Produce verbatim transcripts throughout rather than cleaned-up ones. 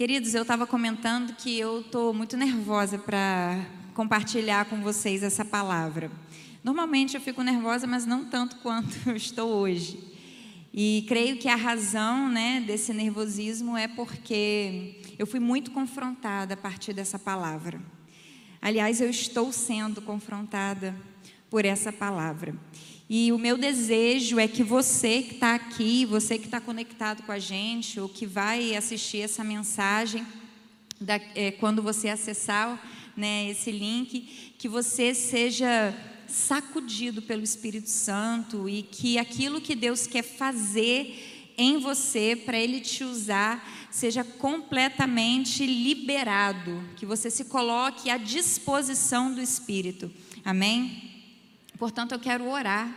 Queridos, eu estava comentando que eu estou muito nervosa para compartilhar com vocês essa palavra. Normalmente eu fico nervosa, mas não tanto quanto eu estou hoje. E creio que a razão, né, desse nervosismo é porque eu fui muito confrontada a partir dessa palavra. Aliás, eu estou sendo confrontada por essa palavra. E o meu desejo é que você que está aqui, você que está conectado com a gente, ou que vai assistir essa mensagem, da, é, quando você acessar, né, esse link, que você seja sacudido pelo Espírito Santo e que aquilo que Deus quer fazer em você, para Ele te usar, seja completamente liberado, que você se coloque à disposição do Espírito. Amém? Portanto, eu quero orar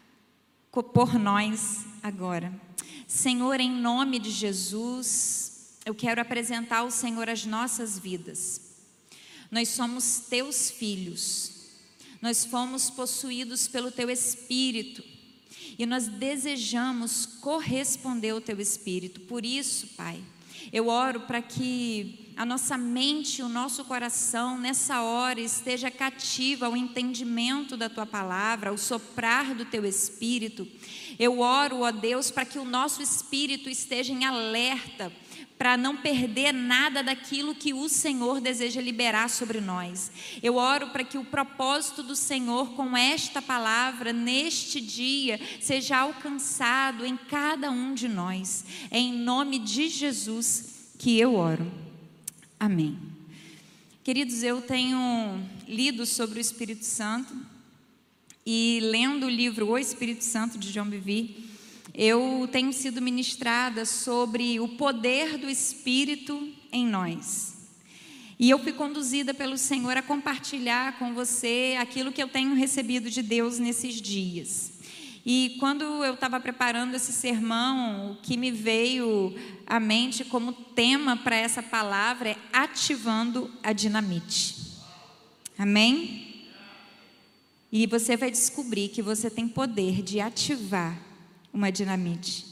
por nós agora. Senhor, em nome de Jesus, eu quero apresentar ao Senhor as nossas vidas. Nós somos teus filhos, nós fomos possuídos pelo teu Espírito e nós desejamos corresponder ao teu Espírito. Por isso, Pai, eu oro para que a nossa mente, o nosso coração, nessa hora, esteja cativa ao entendimento da Tua palavra, ao soprar do Teu Espírito. Eu oro, ó Deus, para que o nosso espírito esteja em alerta, para não perder nada daquilo que o Senhor deseja liberar sobre nós. Eu oro para que o propósito do Senhor com esta palavra, neste dia, seja alcançado em cada um de nós. É em nome de Jesus que eu oro. Amém. Queridos, eu tenho lido sobre o Espírito Santo e lendo o livro O Espírito Santo de John Bevere, eu tenho sido ministrada sobre o poder do Espírito em nós. E eu fui conduzida pelo Senhor a compartilhar com você aquilo que eu tenho recebido de Deus nesses dias. E quando eu estava preparando esse sermão, o que me veio à mente como tema para essa palavra é ativando a dinamite. Amém? E você vai descobrir que você tem poder de ativar uma dinamite.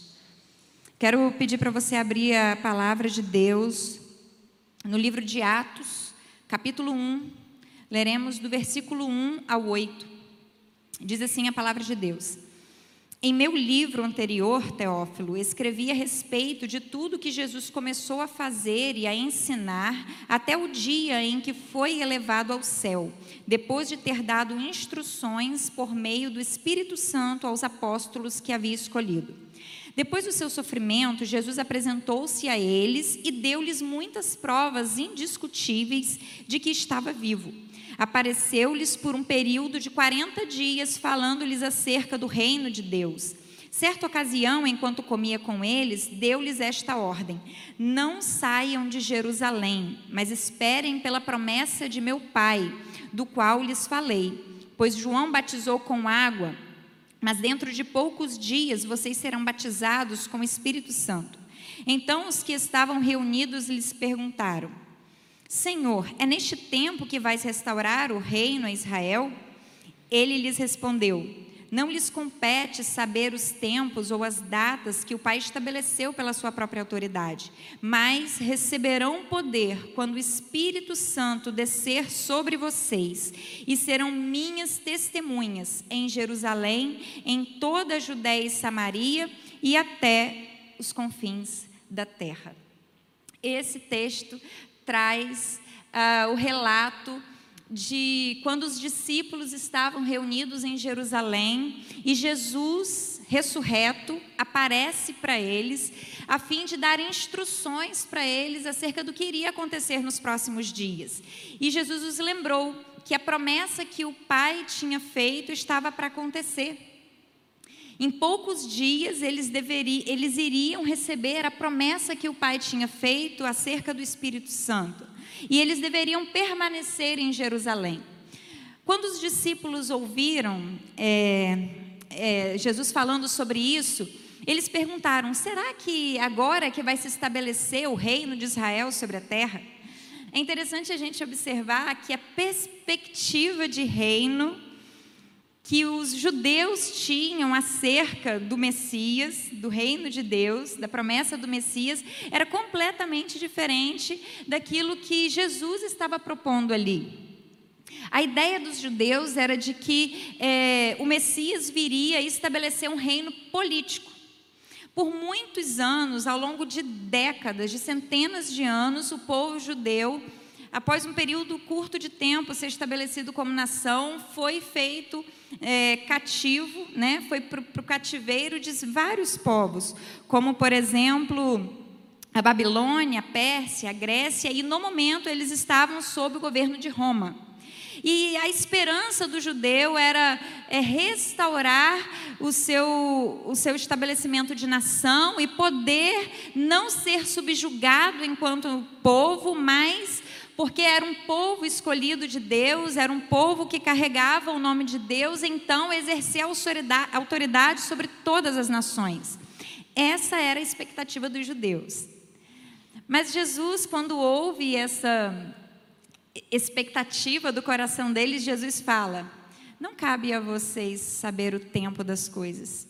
Quero pedir para você abrir a palavra de Deus no livro de Atos, capítulo um. Leremos do versículo um ao oito. Diz assim a palavra de Deus: em meu livro anterior, Teófilo, escrevi a respeito de tudo que Jesus começou a fazer e a ensinar até o dia em que foi elevado ao céu, depois de ter dado instruções por meio do Espírito Santo aos apóstolos que havia escolhido. Depois do seu sofrimento, Jesus apresentou-se a eles e deu-lhes muitas provas indiscutíveis de que estava vivo. Apareceu-lhes por um período de quarenta dias, falando-lhes acerca do reino de Deus. Certa ocasião, enquanto comia com eles, deu-lhes esta ordem: não saiam de Jerusalém, mas esperem pela promessa de meu Pai, do qual lhes falei. Pois João batizou com água, mas dentro de poucos dias vocês serão batizados com o Espírito Santo. Então os que estavam reunidos lhes perguntaram: Senhor, é neste tempo que vais restaurar o reino a Israel? Ele lhes respondeu: não lhes compete saber os tempos ou as datas que o Pai estabeleceu pela sua própria autoridade, mas receberão poder quando o Espírito Santo descer sobre vocês, e serão minhas testemunhas em Jerusalém, em toda a Judéia e Samaria e até os confins da terra. Esse texto traz uh, o relato de quando os discípulos estavam reunidos em Jerusalém e Jesus, ressurreto, aparece para eles a fim de dar instruções para eles acerca do que iria acontecer nos próximos dias. E Jesus os lembrou que a promessa que o Pai tinha feito estava para acontecer. Em poucos dias eles, deveriam, eles iriam receber a promessa que o Pai tinha feito acerca do Espírito Santo. E eles deveriam permanecer em Jerusalém. Quando os discípulos ouviram é, é, Jesus falando sobre isso, eles perguntaram: será que agora que vai se estabelecer o reino de Israel sobre a terra? É interessante a gente observar que a perspectiva de reino que os judeus tinham acerca do Messias, do reino de Deus, da promessa do Messias, era completamente diferente daquilo que Jesus estava propondo ali. A ideia dos judeus era de que é, o Messias viria estabelecer um reino político. Por muitos anos, ao longo de décadas, de centenas de anos, o povo judeu, após um período curto de tempo ser estabelecido como nação, foi feito é, cativo, né? Foi para o cativeiro de vários povos, como, por exemplo, a Babilônia, a Pérsia, a Grécia, e no momento eles estavam sob o governo de Roma. E a esperança do judeu era é, restaurar o seu, o seu estabelecimento de nação e poder não ser subjugado enquanto povo, mas porque era um povo escolhido de Deus, era um povo que carregava o nome de Deus, então exercer autoridade sobre todas as nações. Essa era a expectativa dos judeus. Mas Jesus, quando ouve essa expectativa do coração deles, Jesus fala: não cabe a vocês saber o tempo das coisas.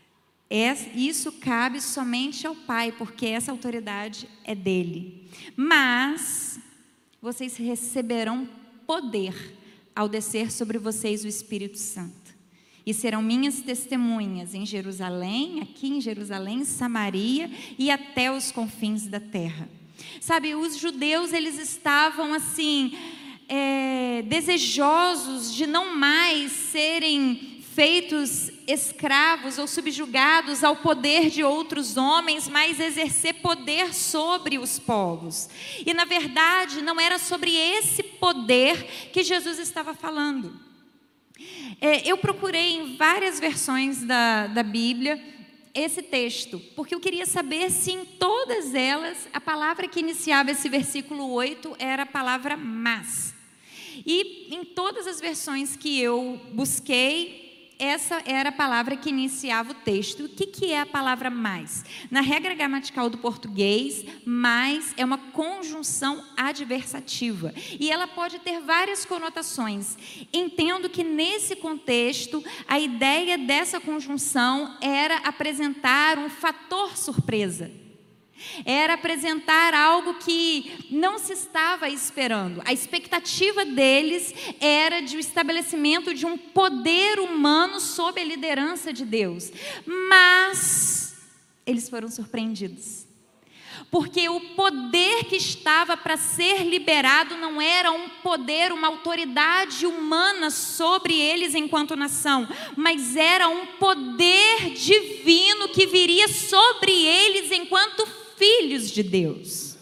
Isso cabe somente ao Pai, porque essa autoridade é dele. Mas vocês receberão poder ao descer sobre vocês o Espírito Santo. E serão minhas testemunhas em Jerusalém, aqui em Jerusalém, Samaria e até os confins da terra. Sabe, os judeus, eles estavam assim, é, desejosos de não mais serem feitos escravos ou subjugados ao poder de outros homens, mas exercer poder sobre os povos. E na verdade não era sobre esse poder que Jesus estava falando. É, eu procurei em várias versões da, da Bíblia esse texto, porque eu queria saber se em todas elas a palavra que iniciava esse versículo oito era a palavra mas. E em todas as versões que eu busquei, essa era a palavra que iniciava o texto. O que, que é a palavra mais? Na regra gramatical do português, mais é uma conjunção adversativa. E ela pode ter várias conotações. Entendo que nesse contexto, a ideia dessa conjunção era apresentar um fator surpresa. Era apresentar algo que não se estava esperando. A expectativa deles era de o estabelecimento de um poder humano sob a liderança de Deus. Mas eles foram surpreendidos. Porque o poder que estava para ser liberado não era um poder, uma autoridade humana sobre eles enquanto nação, mas era um poder divino que viria sobre eles enquanto filhos de Deus.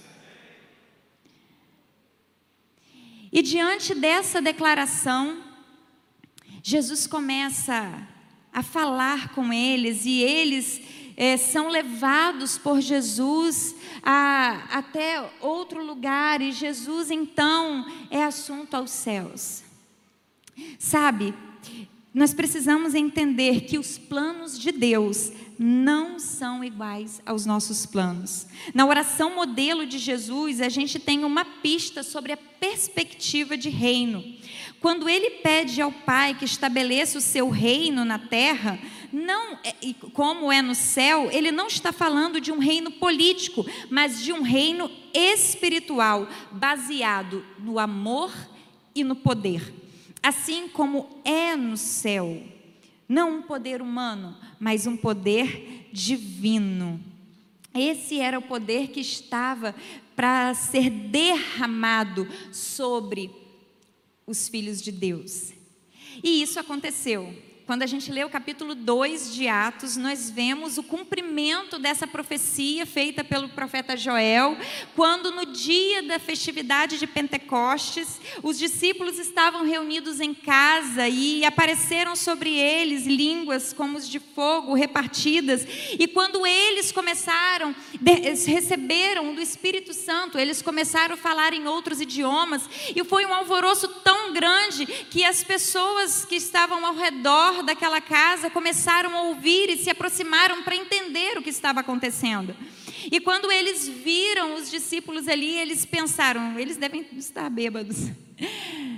E diante dessa declaração, Jesus começa a falar com eles, e eles é, são levados por Jesus a, até outro lugar, e Jesus então é assunto aos céus. Sabe, nós precisamos entender que os planos de Deus não são iguais aos nossos planos. Na oração modelo de Jesus, a gente tem uma pista sobre a perspectiva de reino. Quando ele pede ao Pai que estabeleça o seu reino na terra, não, como é no céu, ele não está falando de um reino político, mas de um reino espiritual, baseado no amor e no poder. Assim como é no céu, não um poder humano, mas um poder divino. Esse era o poder que estava para ser derramado sobre os filhos de Deus. E isso aconteceu. Quando a gente lê o capítulo dois de Atos, nós vemos o cumprimento dessa profecia feita pelo profeta Joel, quando no dia da festividade de Pentecostes, os discípulos estavam reunidos em casa e apareceram sobre eles línguas como os de fogo repartidas, e quando eles começaram, receberam do Espírito Santo, eles começaram a falar em outros idiomas, e foi um alvoroço tão grande que as pessoas que estavam ao redor daquela casa começaram a ouvir e se aproximaram para entender o que estava acontecendo. E quando eles viram os discípulos ali, eles pensaram, eles devem estar bêbados.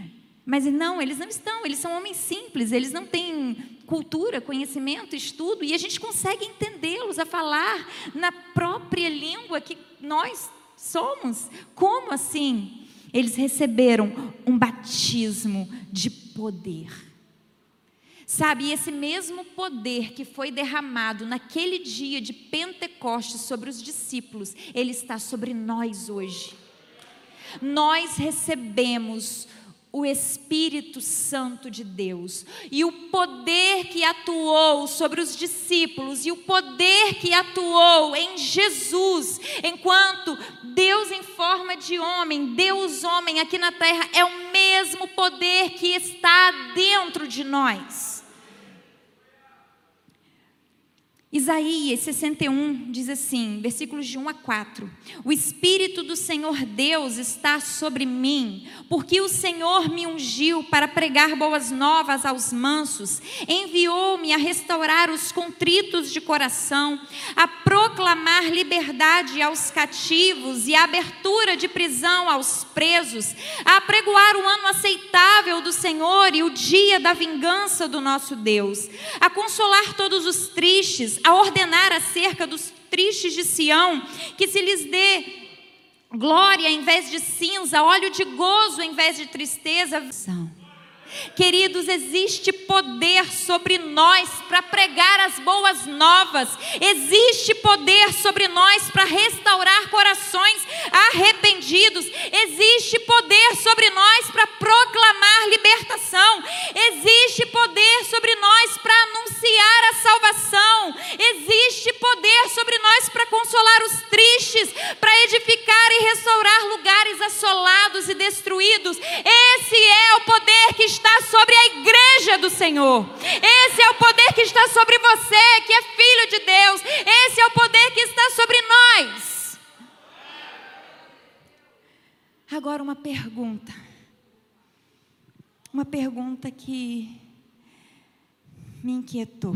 Mas não, eles não estão, eles são homens simples, eles não têm cultura, conhecimento, estudo, e a gente consegue entendê-los a falar na própria língua que nós somos. Como assim? Eles receberam um batismo de poder. Sabe, e esse mesmo poder que foi derramado naquele dia de Pentecostes sobre os discípulos, ele está sobre nós hoje. Nós recebemos o Espírito Santo de Deus, e o poder que atuou sobre os discípulos, e o poder que atuou em Jesus, enquanto Deus em forma de homem, Deus homem aqui na terra, é o mesmo poder que está dentro de nós. Isaías sessenta e um diz assim, versículos de um a quatro: o Espírito do Senhor Deus está sobre mim, porque o Senhor me ungiu para pregar boas novas aos mansos, enviou-me a restaurar os contritos de coração, a proclamar liberdade aos cativos e a abertura de prisão aos presos, a apregoar o ano aceitável do Senhor e o dia da vingança do nosso Deus, a consolar todos os tristes, a ordenar acerca dos tristes de Sião, que se lhes dê glória em vez de cinza, óleo de gozo em vez de tristeza. Queridos, existe poder sobre nós para pregar as boas novas, existe poder sobre nós para restaurar corações arrependidos, existe poder sobre nós para proclamar libertação, existe poder sobre nós para anunciar a salvação, existe poder sobre nós para consolar os tristes, para edificar e restaurar lugares assolados e destruídos. Esse é o poder que está está sobre a igreja do Senhor. Esse é o poder que está sobre você, que é filho de Deus. Esse é o poder que está sobre nós. Agora uma pergunta. Uma pergunta que me inquietou.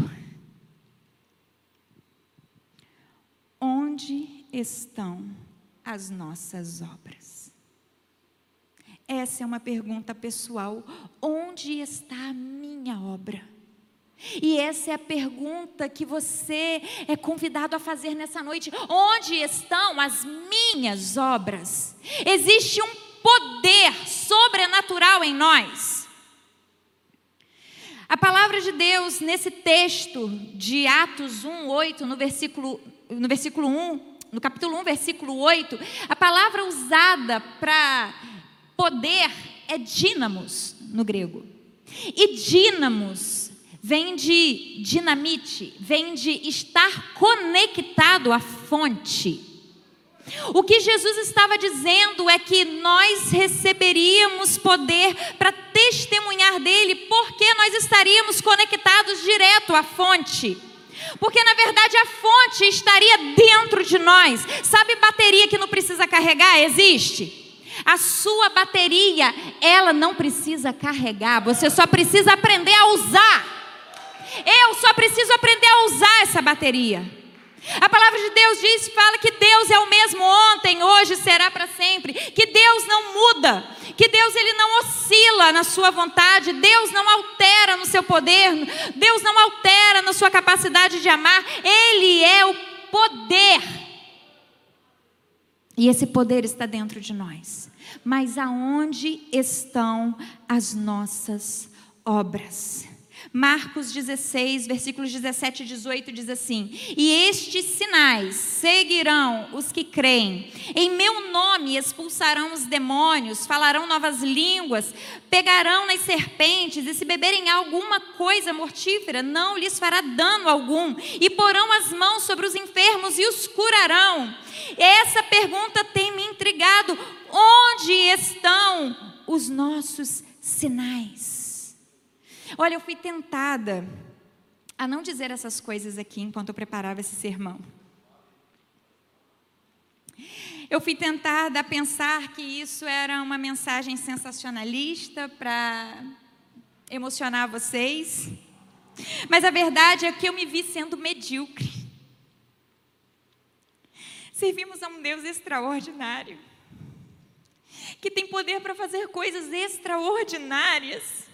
Onde estão as nossas obras? Essa é uma pergunta pessoal. Onde está a minha obra? E essa é a pergunta que você é convidado a fazer nessa noite. Onde estão as minhas obras? Existe um poder sobrenatural em nós. A palavra de Deus, nesse texto de Atos um, oito, no versículo, no versículo um, no capítulo um, versículo oito, a palavra usada para poder é dínamos no grego. E dínamos vem de dinamite, vem de estar conectado à fonte. O que Jesus estava dizendo é que nós receberíamos poder para testemunhar dele, porque nós estaríamos conectados direto à fonte. Porque na verdade a fonte estaria dentro de nós. Sabe bateria que não precisa carregar? Existe. A sua bateria, ela não precisa carregar, você só precisa aprender a usar. Eu só preciso aprender a usar essa bateria. A palavra de Deus diz, fala que Deus é o mesmo ontem, hoje, será para sempre. Que Deus não muda, que Deus ele não oscila na sua vontade, Deus não altera no seu poder, Deus não altera na sua capacidade de amar. Ele é o poder. E esse poder está dentro de nós. Mas aonde estão as nossas obras? Marcos dezesseis, versículos dezessete e dezoito diz assim: e estes sinais seguirão os que creem. Em meu nome expulsarão os demônios, falarão novas línguas, pegarão nas serpentes, e se beberem alguma coisa mortífera, não lhes fará dano algum, e porão as mãos sobre os enfermos e os curarão. Essa pergunta tem me intrigado. Onde estão os nossos sinais? Olha, eu fui tentada a não dizer essas coisas aqui enquanto eu preparava esse sermão. Eu fui tentada a pensar que isso era uma mensagem sensacionalista para emocionar vocês. Mas a verdade é que eu me vi sendo medíocre. Servimos a um Deus extraordinário. que tem poder para fazer coisas extraordinárias.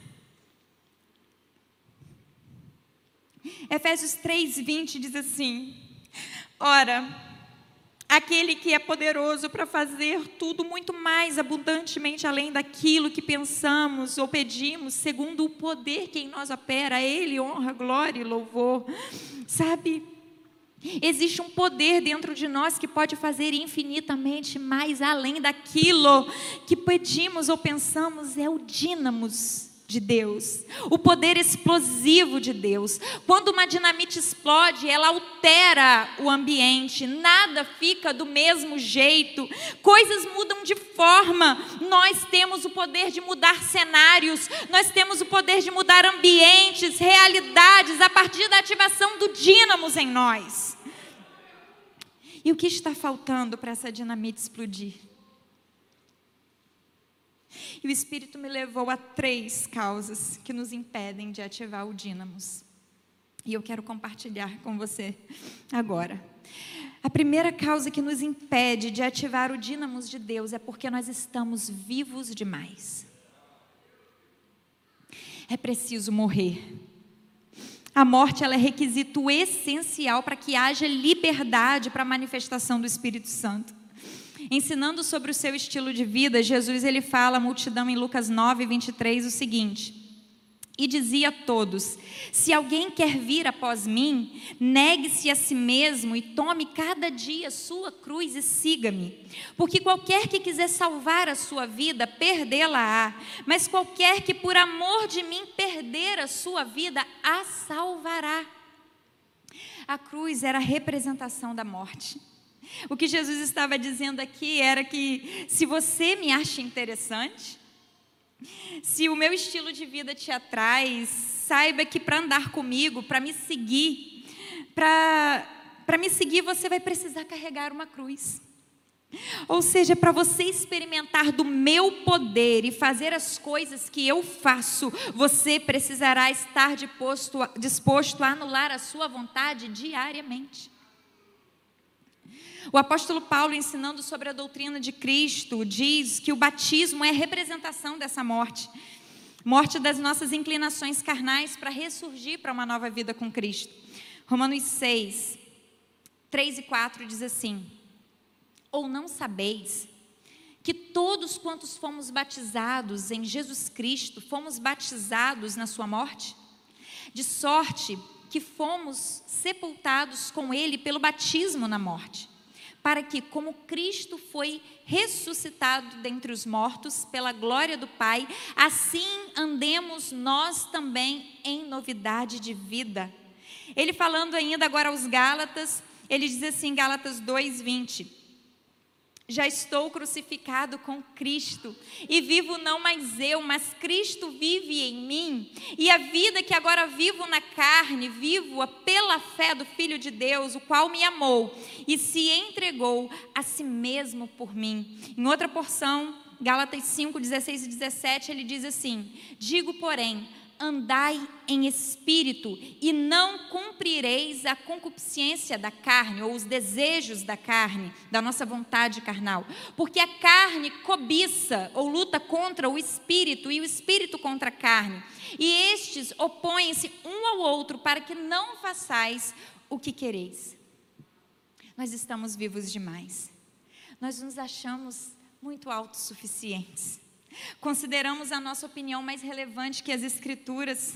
Efésios três, vinte diz assim: ora, aquele que é poderoso para fazer tudo muito mais abundantemente além daquilo que pensamos ou pedimos, segundo o poder que em nós opera, a Ele honra, glória e louvor. Sabe, existe um poder dentro de nós que pode fazer infinitamente mais além daquilo que pedimos ou pensamos. É o dínamos de Deus, o poder explosivo de Deus. Quando uma dinamite explode, ela altera o ambiente, nada fica do mesmo jeito, coisas mudam de forma. Nós temos o poder de mudar cenários, nós temos o poder de mudar ambientes, realidades, a partir da ativação do dínamos em nós. E o que está faltando para essa dinamite explodir? E o Espírito me levou a três causas que nos impedem de ativar o dínamos. E eu quero compartilhar com você agora. A primeira causa que nos impede de ativar o dínamos de Deus é porque nós estamos vivos demais. É preciso morrer. A morte, ela é requisito essencial para que haja liberdade para a manifestação do Espírito Santo. Ensinando sobre o seu estilo de vida, Jesus ele fala à multidão em Lucas nove, vinte e três o seguinte: e dizia a todos: se alguém quer vir após mim, negue-se a si mesmo e tome cada dia sua cruz e siga-me. Porque qualquer que quiser salvar a sua vida, perdê-la-á. Mas qualquer que por amor de mim perder a sua vida, a salvará. A cruz era a representação da morte. O que Jesus estava dizendo aqui era que se você me acha interessante, se o meu estilo de vida te atrai, saiba que para andar comigo, para me seguir, para para me seguir você vai precisar carregar uma cruz. Ou seja, para você experimentar do meu poder e fazer as coisas que eu faço, você precisará estar disposto, disposto a anular a sua vontade diariamente. O apóstolo Paulo, ensinando sobre a doutrina de Cristo, diz que o batismo é a representação dessa morte. Morte das nossas inclinações carnais para ressurgir para uma nova vida com Cristo. Romanos seis, três e quatro diz assim: ou não sabeis que todos quantos fomos batizados em Jesus Cristo, fomos batizados na sua morte? De sorte que fomos sepultados com Ele pelo batismo na morte, para que, como Cristo foi ressuscitado dentre os mortos pela glória do Pai, assim andemos nós também em novidade de vida. Ele falando ainda agora aos Gálatas, ele diz assim, Gálatas dois, vinte: já estou crucificado com Cristo, e vivo não mais eu, mas Cristo vive em mim, e a vida que agora vivo na carne, vivo-a pela fé do Filho de Deus, o qual me amou, e se entregou a si mesmo por mim. Em outra porção, Gálatas cinco, dezesseis e dezessete, ele diz assim: digo, porém, andai em espírito, e não cumprireis a concupiscência da carne, ou os desejos da carne, da nossa vontade carnal. Porque a carne cobiça, ou luta contra o espírito, e o espírito contra a carne. E estes opõem-se um ao outro, para que não façais o que quereis. Nós estamos vivos demais. Nós nos achamos muito autossuficientes. Consideramos a nossa opinião mais relevante que as Escrituras.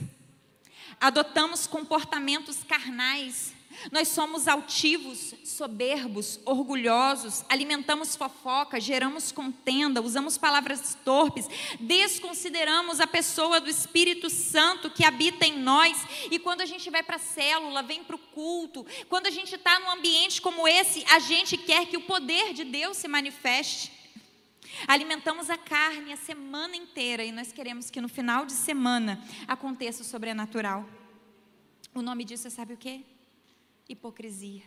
Adotamos comportamentos carnais. Nós somos altivos, soberbos, orgulhosos. Alimentamos fofoca, geramos contenda, usamos palavras torpes. Desconsideramos a pessoa do Espírito Santo que habita em nós. E quando a gente vai para a célula, vem para o culto, quando a gente está num ambiente como esse, a gente quer que o poder de Deus se manifeste. Alimentamos a carne a semana inteira e nós queremos que no final de semana aconteça o sobrenatural. O nome disso é, sabe o quê? Hipocrisia.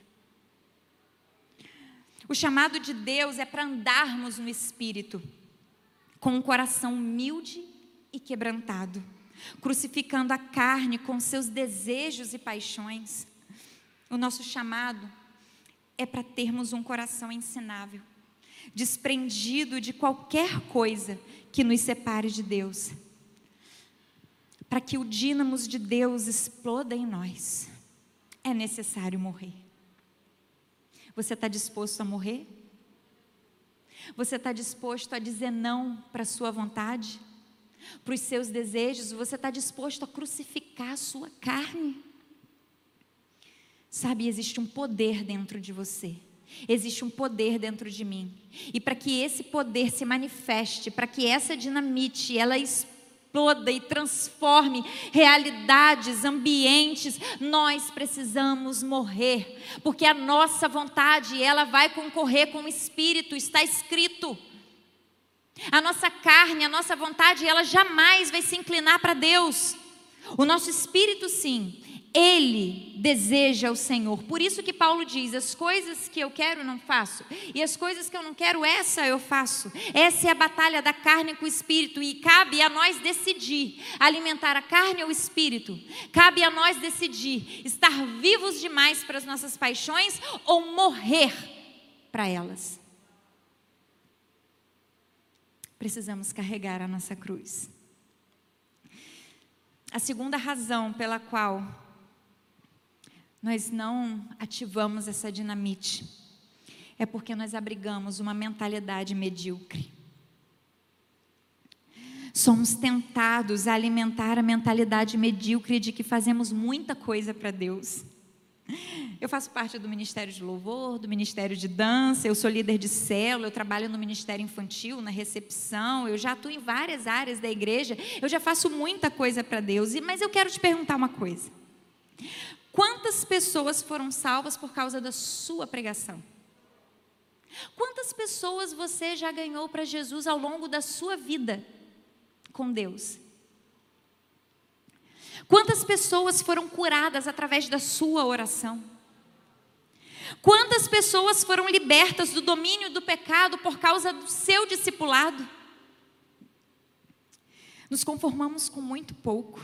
O chamado de Deus é para andarmos no Espírito, com um coração humilde e quebrantado, crucificando a carne com seus desejos e paixões. O nosso chamado é para termos um coração ensinável. desprendido de qualquer coisa que nos separe de Deus, para que o dínamo de Deus exploda em nós, é necessário morrer. Você está disposto a morrer? Você está disposto a dizer não para a sua vontade, para os seus desejos? Você está disposto a crucificar a sua carne? Sabe, existe um poder dentro de você, existe um poder dentro de mim, e para que esse poder se manifeste, para que essa dinamite, ela exploda e transforme realidades, ambientes, nós precisamos morrer, porque a nossa vontade, ela vai concorrer com o Espírito, está escrito. A nossa carne, a nossa vontade, ela jamais vai se inclinar para Deus. O nosso espírito, sim, ele deseja o Senhor. Por isso que Paulo diz: as coisas que eu quero não faço, e as coisas que eu não quero, essa eu faço. Essa é a batalha da carne com o espírito, e cabe a nós decidir alimentar a carne ou o espírito. Cabe a nós decidir estar vivos demais para as nossas paixões ou morrer para elas. Precisamos carregar a nossa cruz. A segunda razão pela qual nós não ativamos essa dinamite é porque nós abrigamos uma mentalidade medíocre. Somos tentados a alimentar a mentalidade medíocre de que fazemos muita coisa para Deus. Eu faço parte do Ministério de Louvor, do Ministério de Dança, eu sou líder de célula, eu trabalho no Ministério Infantil, na recepção, eu já atuo em várias áreas da igreja, eu já faço muita coisa para Deus, mas eu quero te perguntar uma coisa: quantas pessoas foram salvas por causa da sua pregação? Quantas pessoas você já ganhou para Jesus ao longo da sua vida com Deus? Quantas pessoas foram curadas através da sua oração? Quantas pessoas foram libertas do domínio do pecado por causa do seu discipulado? Nos conformamos com muito pouco.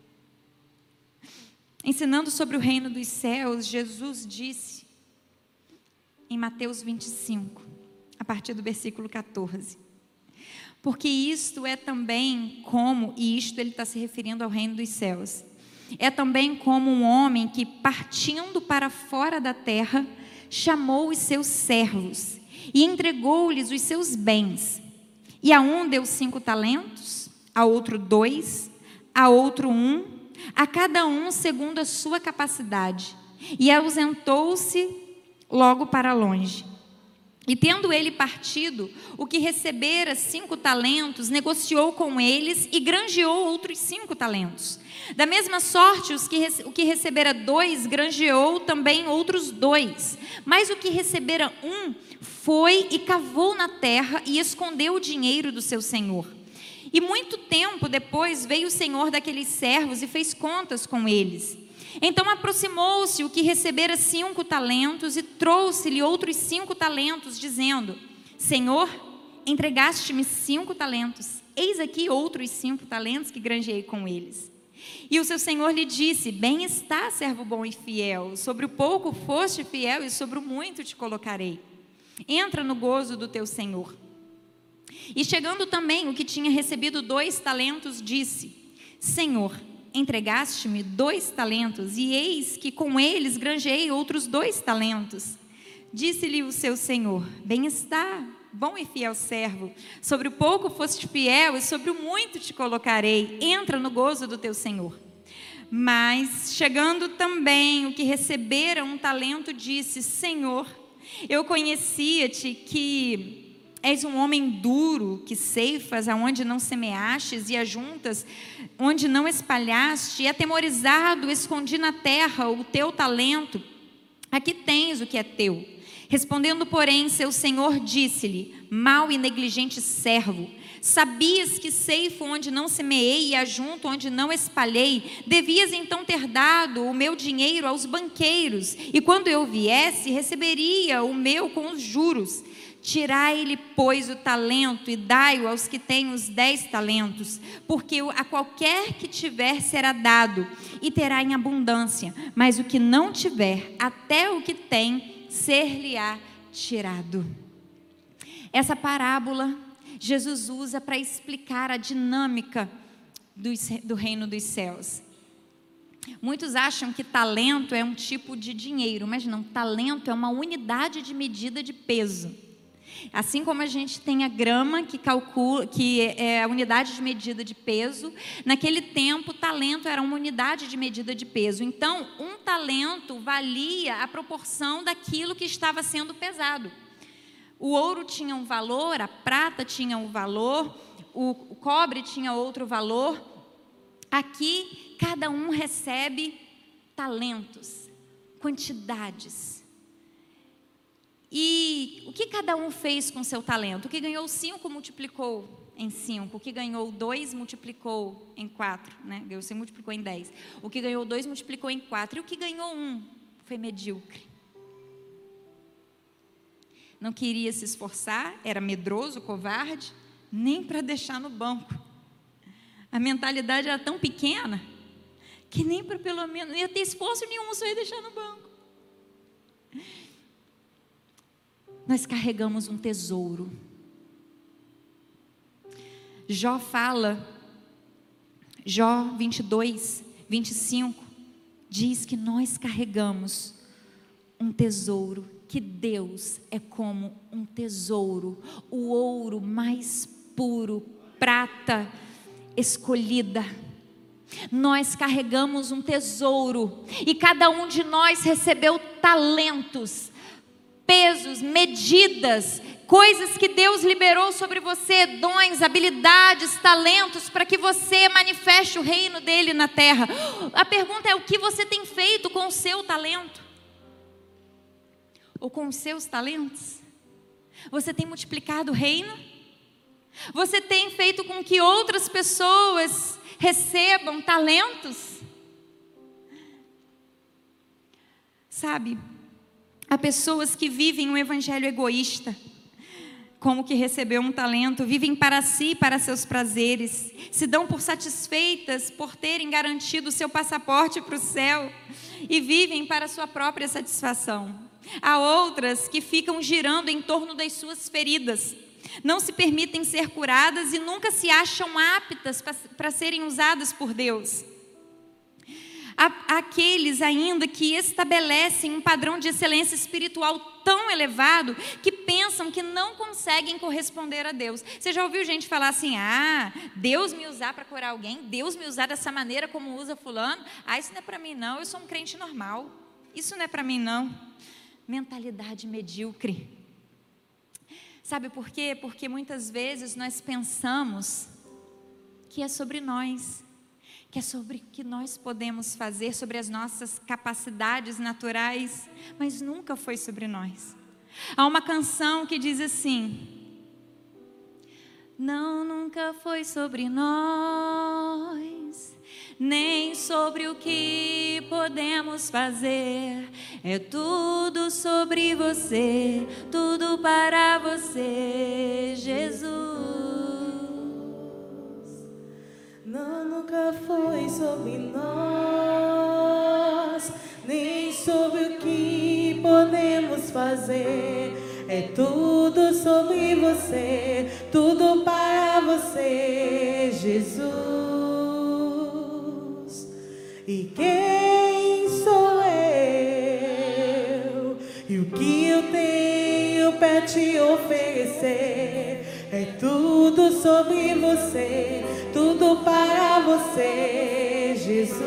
Ensinando sobre o reino dos céus, Jesus disse em Mateus vinte e cinco, a partir do versículo catorze: porque isto é também como, e isto ele está se referindo ao reino dos céus, é também como um homem que, partindo para fora da terra, chamou os seus servos e entregou-lhes os seus bens. E a um deu cinco talentos, a outro dois, a outro um, a cada um segundo a sua capacidade. E ausentou-se logo para longe. E tendo ele partido, o que recebera cinco talentos, negociou com eles e granjeou outros cinco talentos. Da mesma sorte, os que, o que recebera dois, granjeou também outros dois. Mas o que recebera um, foi e cavou na terra e escondeu o dinheiro do seu senhor. E muito tempo depois veio o senhor daqueles servos e fez contas com eles. Então aproximou-se o que recebera cinco talentos e trouxe-lhe outros cinco talentos, dizendo: Senhor, entregaste-me cinco talentos, eis aqui outros cinco talentos que granjeei com eles. E o seu senhor lhe disse: Bem está, servo bom e fiel, sobre o pouco foste fiel e sobre o muito te colocarei. Entra no gozo do teu senhor. E chegando também o que tinha recebido dois talentos, disse: Senhor, entregaste-me dois talentos, e eis que com eles granjeei outros dois talentos. Disse-lhe o seu senhor: Bem está, bom e fiel servo, sobre o pouco foste fiel, e sobre o muito te colocarei, entra no gozo do teu senhor. Mas, chegando também o que recebera um talento, disse: Senhor, eu conhecia-te que és um homem duro, que ceifas aonde não semeastes e ajuntas onde não espalhaste, e atemorizado escondi na terra o teu talento. Aqui tens o que é teu. Respondendo, porém, seu senhor disse-lhe: Mau e negligente servo, sabias que ceifo onde não semeei e ajunto onde não espalhei? Devias então ter dado o meu dinheiro aos banqueiros, e quando eu viesse, receberia o meu com os juros. Tirai-lhe, pois, o talento e dai-o aos que têm os dez talentos, porque a qualquer que tiver será dado, e terá em abundância, mas o que não tiver, até o que tem, ser-lhe-á tirado. Essa parábola Jesus usa para explicar a dinâmica do, do reino dos céus. Muitos acham que talento é um tipo de dinheiro, mas não, talento é uma unidade de medida de peso. Assim como a gente tem a grama, que, calcula, que é a unidade de medida de peso, naquele tempo, talento era uma unidade de medida de peso. Então, um talento valia a proporção daquilo que estava sendo pesado. O ouro tinha um valor, a prata tinha um valor, o cobre tinha outro valor. Aqui, cada um recebe talentos, quantidades. E o que cada um fez com seu talento? O que ganhou cinco multiplicou em cinco. O que ganhou dois multiplicou em quatro. Né? Ganhou cinco multiplicou em dez. O que ganhou dois multiplicou em quatro. E o que ganhou um foi medíocre. Não queria se esforçar, era medroso, covarde, nem para deixar no banco. A mentalidade era tão pequena que nem para pelo menos, não ia ter esforço nenhum, só ia deixar no banco. Nós carregamos um tesouro. Jó fala, Jó vinte e dois, vinte e cinco, diz que nós carregamos um tesouro, que Deus é como um tesouro, o ouro mais puro, prata escolhida. Nós carregamos um tesouro e cada um de nós recebeu talentos, pesos, medidas, coisas que Deus liberou sobre você, dons, habilidades, talentos, para que você manifeste o reino dele na terra. A pergunta é: o que você tem feito com o seu talento? Ou com os seus talentos? Você tem multiplicado o reino? Você tem feito com que outras pessoas recebam talentos? Sabe, há pessoas que vivem um evangelho egoísta, como que recebeu um talento, vivem para si, para seus prazeres, se dão por satisfeitas por terem garantido o seu passaporte para o céu e vivem para a sua própria satisfação. Há outras que ficam girando em torno das suas feridas, não se permitem ser curadas e nunca se acham aptas para serem usadas por Deus. Há aqueles ainda que estabelecem um padrão de excelência espiritual tão elevado que pensam que não conseguem corresponder a Deus. Você já ouviu gente falar assim: ah, Deus me usar para curar alguém, Deus me usar dessa maneira como usa fulano? Ah, isso não é para mim não, eu sou um crente normal, isso não é para mim não. Mentalidade medíocre. Sabe por quê? Porque muitas vezes nós pensamos que é sobre nós, que é sobre o que nós podemos fazer, sobre as nossas capacidades naturais, mas nunca foi sobre nós. Há uma canção que diz assim: não, nunca foi sobre nós, nem sobre o que podemos fazer. É tudo sobre você, tudo para você, Jesus. Não, nunca foi sobre nós, nem sobre o que podemos fazer. É tudo sobre você, tudo para você, Jesus. E quem sou eu? E o que eu tenho para te oferecer? É tudo sobre você, tudo para você, Jesus.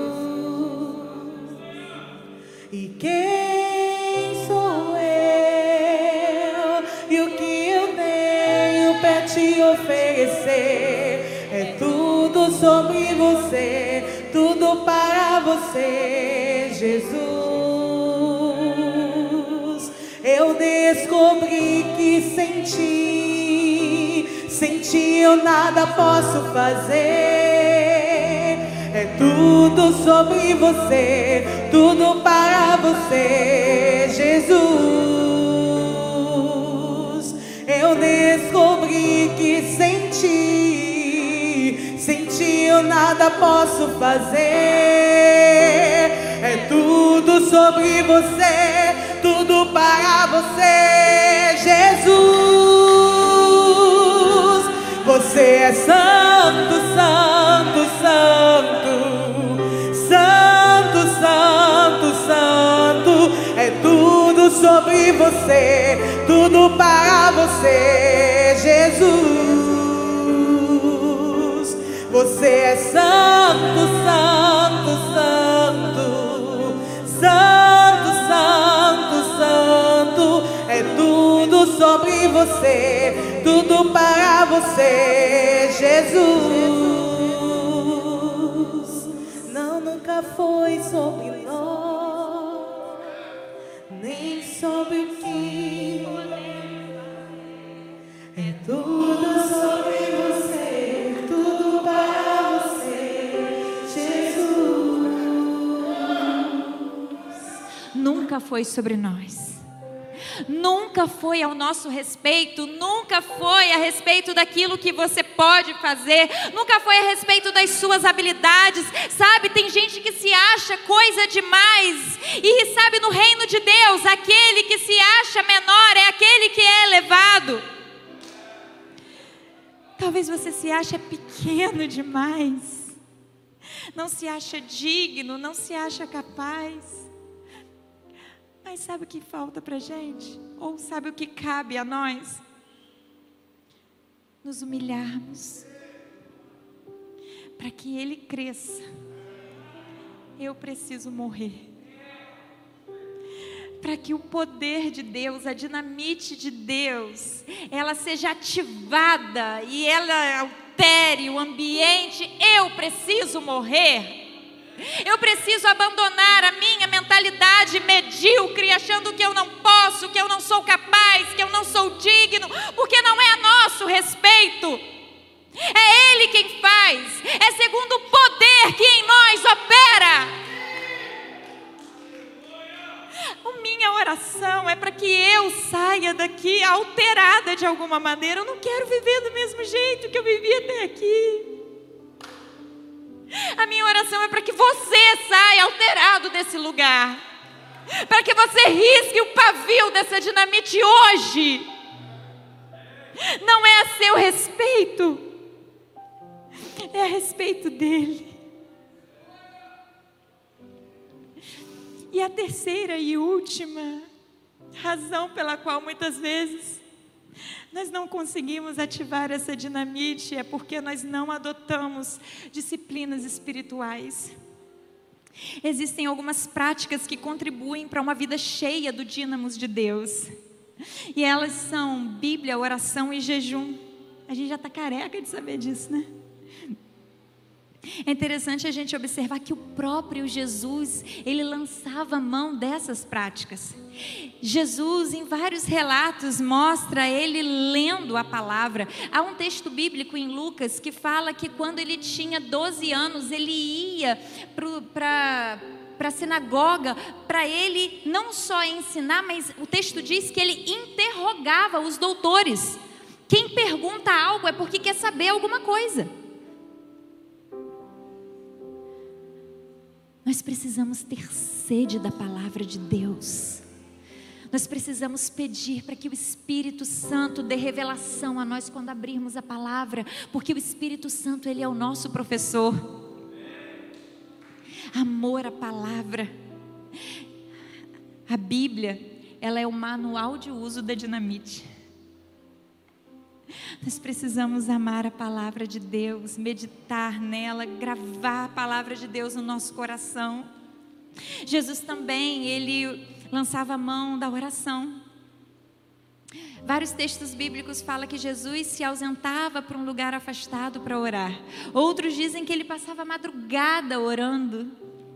E quem sou eu? E o que eu tenho para te oferecer? É tudo sobre você, tudo para você, Jesus. Eu descobri que sem ti, sem ti eu nada posso fazer. É tudo sobre você, tudo para você, Jesus. Eu descobri que sem ti, sem ti eu nada posso fazer. É tudo sobre você, tudo para você, Jesus. é santo, santo, santo. Santo, santo, santo. É tudo sobre você, tudo para você, Jesus. Você é santo, santo, santo. Santo, santo, santo. É tudo sobre você, tudo para você, Jesus. Não, nunca foi sobre nós, nem sobre o que. É tudo sobre você, tudo para você, Jesus. Nunca foi sobre nós. Nunca foi ao nosso respeito, nunca foi a respeito daquilo que você pode fazer, nunca foi a respeito das suas habilidades, sabe? Tem gente que se acha coisa demais, e sabe, no reino de Deus, aquele que se acha menor é aquele que é elevado. Talvez você se ache pequeno demais, não se acha digno, não se acha capaz. Mas sabe o que falta para a gente? Ou sabe o que cabe a nós? Nos humilharmos. Para que Ele cresça, eu preciso morrer. Para que o poder de Deus, a dinamite de Deus, ela seja ativada e ela altere o ambiente, eu preciso morrer. Eu preciso abandonar a minha mentalidade medíocre, achando que eu não posso, que eu não sou capaz, que eu não sou digno, porque não é a nosso respeito. É Ele quem faz, é segundo o poder que em nós opera. A minha oração é para que eu saia daqui alterada de alguma maneira. Eu não quero viver do mesmo jeito que eu vivi até aqui. A minha oração é para que você saia alterado desse lugar, para que você risque o pavio dessa dinamite hoje. Não é a seu respeito, é a respeito dele. E a terceira e última razão pela qual muitas vezes nós não conseguimos ativar essa dinamite é porque nós não adotamos disciplinas espirituais. Existem algumas práticas que contribuem para uma vida cheia do dínamos de Deus. E elas são Bíblia, oração e jejum. A gente já está careca de saber disso, né? É interessante a gente observar que o próprio Jesus, ele lançava mão dessas práticas. Jesus, em vários relatos, mostra ele lendo a palavra. Há um texto bíblico em Lucas que fala que quando ele tinha doze anos, ele ia para para a sinagoga, para ele não só ensinar, mas o texto diz que ele interrogava os doutores. Quem pergunta algo é porque quer saber alguma coisa. Nós precisamos ter sede da palavra de Deus. Nós precisamos pedir para que o Espírito Santo dê revelação a nós quando abrirmos a palavra, porque o Espírito Santo, ele é o nosso professor. Amor à palavra. A Bíblia, ela é o manual de uso da dinamite. Nós precisamos amar a palavra de Deus, meditar nela, gravar a palavra de Deus no nosso coração. Jesus também, ele lançava a mão da oração. Vários textos bíblicos falam que Jesus se ausentava para um lugar afastado para orar. Outros dizem que ele passava a madrugada orando.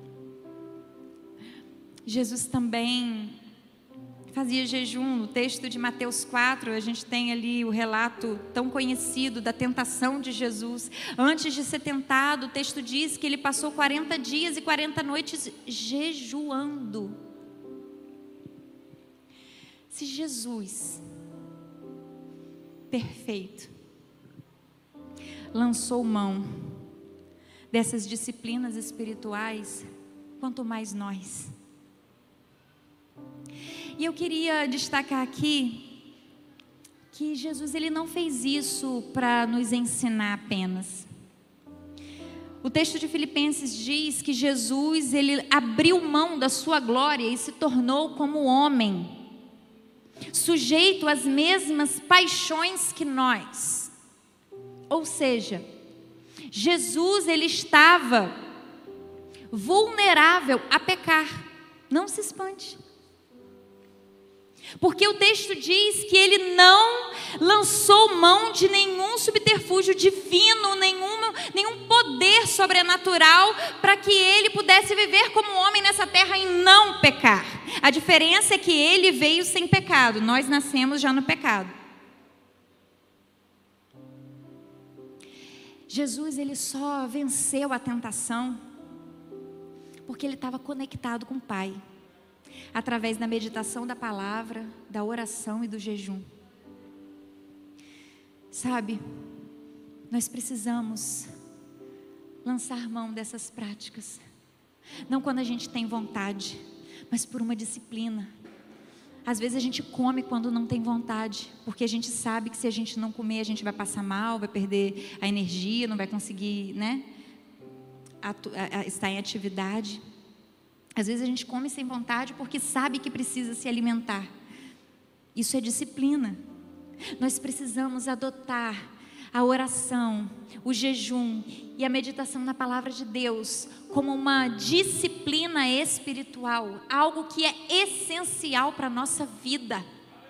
Jesus também fazia jejum. No texto de Mateus quatro, a gente tem ali o relato tão conhecido da tentação de Jesus. Antes de ser tentado, o texto diz que ele passou quarenta dias e quarenta noites jejuando. Se Jesus, perfeito, lançou mão dessas disciplinas espirituais, quanto mais nós. E eu queria destacar aqui que Jesus ele não fez isso para nos ensinar apenas. O texto de Filipenses diz que Jesus ele abriu mão da sua glória e se tornou como homem, sujeito às mesmas paixões que nós. Ou seja, Jesus ele estava vulnerável a pecar. Não se espante. Porque o texto diz que ele não lançou mão de nenhum subterfúgio divino, nenhum, nenhum poder sobrenatural para que ele pudesse viver como homem nessa terra e não pecar. A diferença é que ele veio sem pecado, nós nascemos já no pecado. Jesus ele só venceu a tentação porque ele estava conectado com o Pai, através da meditação da palavra, da oração e do jejum. Sabe, nós precisamos lançar mão dessas práticas, não quando a gente tem vontade, mas por uma disciplina. Às vezes a gente come quando não tem vontade, porque a gente sabe que se a gente não comer a gente vai passar mal, vai perder a energia, não vai conseguir, né, atu- a, a, estar em atividade. Às vezes a gente come sem vontade porque sabe que precisa se alimentar. Isso é disciplina. Nós precisamos adotar a oração, o jejum e a meditação na palavra de Deus como uma disciplina espiritual, algo que é essencial para a nossa vida.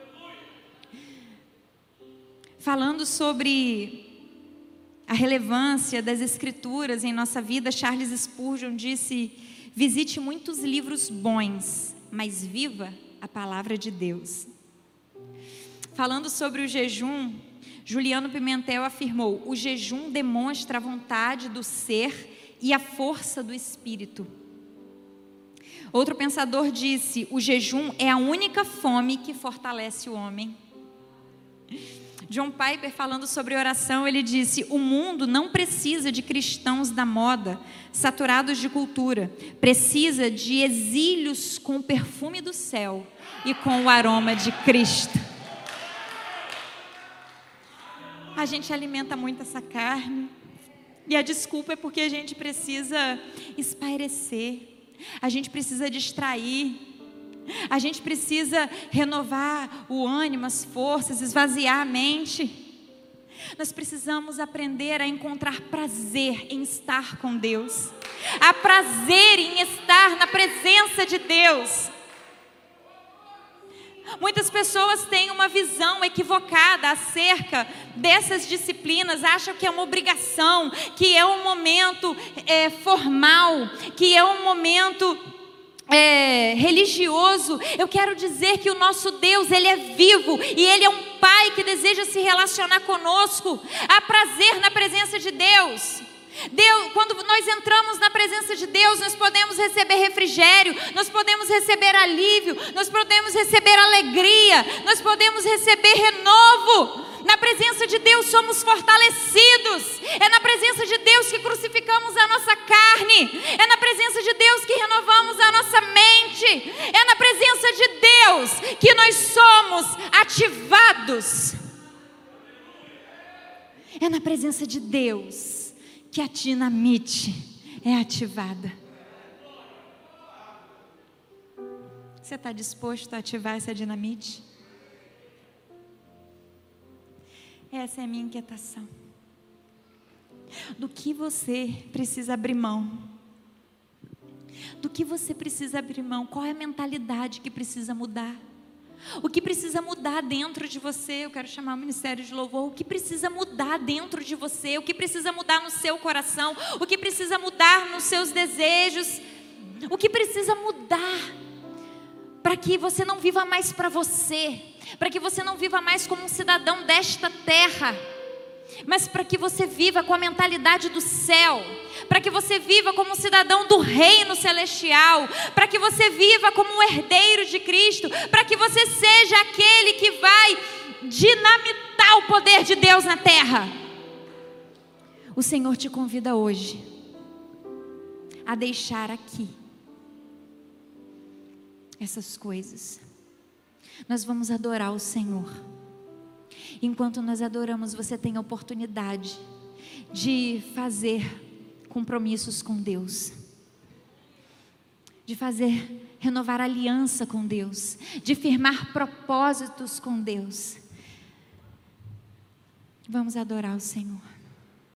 Falando sobre a relevância das escrituras em nossa vida, Charles Spurgeon disse: visite muitos livros bons, mas viva a palavra de Deus. Falando sobre o jejum, Juliano Pimentel afirmou: o jejum demonstra a vontade do ser e a força do espírito. Outro pensador disse: o jejum é a única fome que fortalece o homem. John Piper, falando sobre oração, ele disse: o mundo não precisa de cristãos da moda, saturados de cultura. Precisa de exílios com o perfume do céu e com o aroma de Cristo. A gente alimenta muito essa carne, e a desculpa é porque a gente precisa espairecer, a gente precisa distrair, a gente precisa renovar o ânimo, as forças, esvaziar a mente. Nós precisamos aprender a encontrar prazer em estar com Deus, a prazer em estar na presença de Deus. Muitas pessoas têm uma visão equivocada acerca dessas disciplinas, acham que é uma obrigação, que é um momento é, formal, que é um momento é, religioso. Eu quero dizer que o nosso Deus, Ele é vivo e Ele é um Pai que deseja se relacionar conosco. Há prazer na presença de Deus. Deus, quando nós entramos na presença de Deus, nós podemos receber refrigério, nós podemos receber alívio, nós podemos receber alegria, nós podemos receber renovo. Na presença de Deus somos fortalecidos. É na presença de Deus que crucificamos a nossa carne. É na presença de Deus que renovamos a nossa mente. É na presença de Deus que nós somos ativados. É na presença de Deus que a dinamite é ativada. Você está disposto a ativar essa dinamite? Essa é a minha inquietação. Do que você precisa abrir mão? Do que você precisa abrir mão? Qual é a mentalidade que precisa mudar? O que precisa mudar dentro de você? Eu quero chamar o Ministério de Louvor. O que precisa mudar dentro de você? O que precisa mudar no seu coração? O que precisa mudar nos seus desejos? O que precisa mudar para que você não viva mais para você? Para que você não viva mais como um cidadão desta terra, mas para que você viva com a mentalidade do céu, para que você viva como um cidadão do reino celestial, para que você viva como um herdeiro de Cristo, para que você seja aquele que vai dinamitar o poder de Deus na terra. O Senhor te convida hoje a deixar aqui essas coisas. Nós vamos adorar o Senhor. Enquanto nós adoramos, você tem a oportunidade de fazer compromissos com Deus, de fazer, renovar aliança com Deus, de firmar propósitos com Deus. Vamos adorar o Senhor.